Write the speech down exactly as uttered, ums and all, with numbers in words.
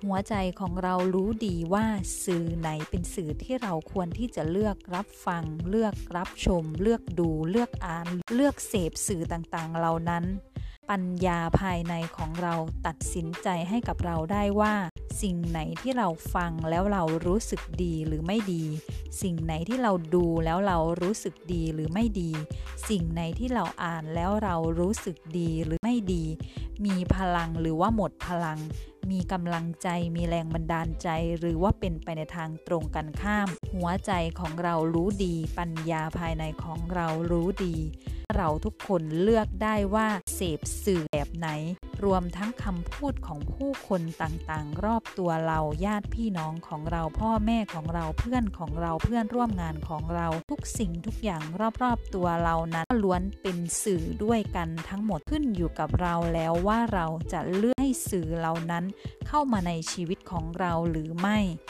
หัวใจของเรารู้ดีว่าสื่อไหนเป็นสื่อที่เราควรที่จะเลือกรับฟังเลือกรับชมเลือกดูเลือกอ่านเลือกเสพสื่อต่างๆเหล่านั้นปัญญาภายในของเราตัดสินใจให้กับเราได้ว่าสิ่งไหนที่เราฟังแล้วเรารู้สึกดีหรือไม่ดีสิ่งไหนที่เราดูแล้วเรารู้สึกดีหรือไม่ดีสิ่งไหนที่เราอ่านแล้วเรารู้สึกดีหรือไม่ดีมีพลังหรือว่าหมดพลังมีกำลังใจมีแรงบันดาลใจหรือว่าเป็นไปในทางตรงกันข้ามหัวใจของเรารู้ดีปัญญาภายในของเรารู้ดีเราทุกคนเลือกได้ว่าเสพสื่อแบบไหนรวมทั้งคำพูดของผู้คนต่างๆรอบตัวเราญาติพี่น้องของเราพ่อแม่ของเราเพื่อนของเราเพื่อนร่วมงานของเราทุกสิ่งทุกอย่างรอบๆตัวเรานั้นล้วนเป็นสื่อด้วยกันทั้งหมดขึ้นอยู่กับเราแล้วว่าเราจะเลือกให้สื่อเหล่านั้นเข้ามาในชีวิตของเราหรือไม่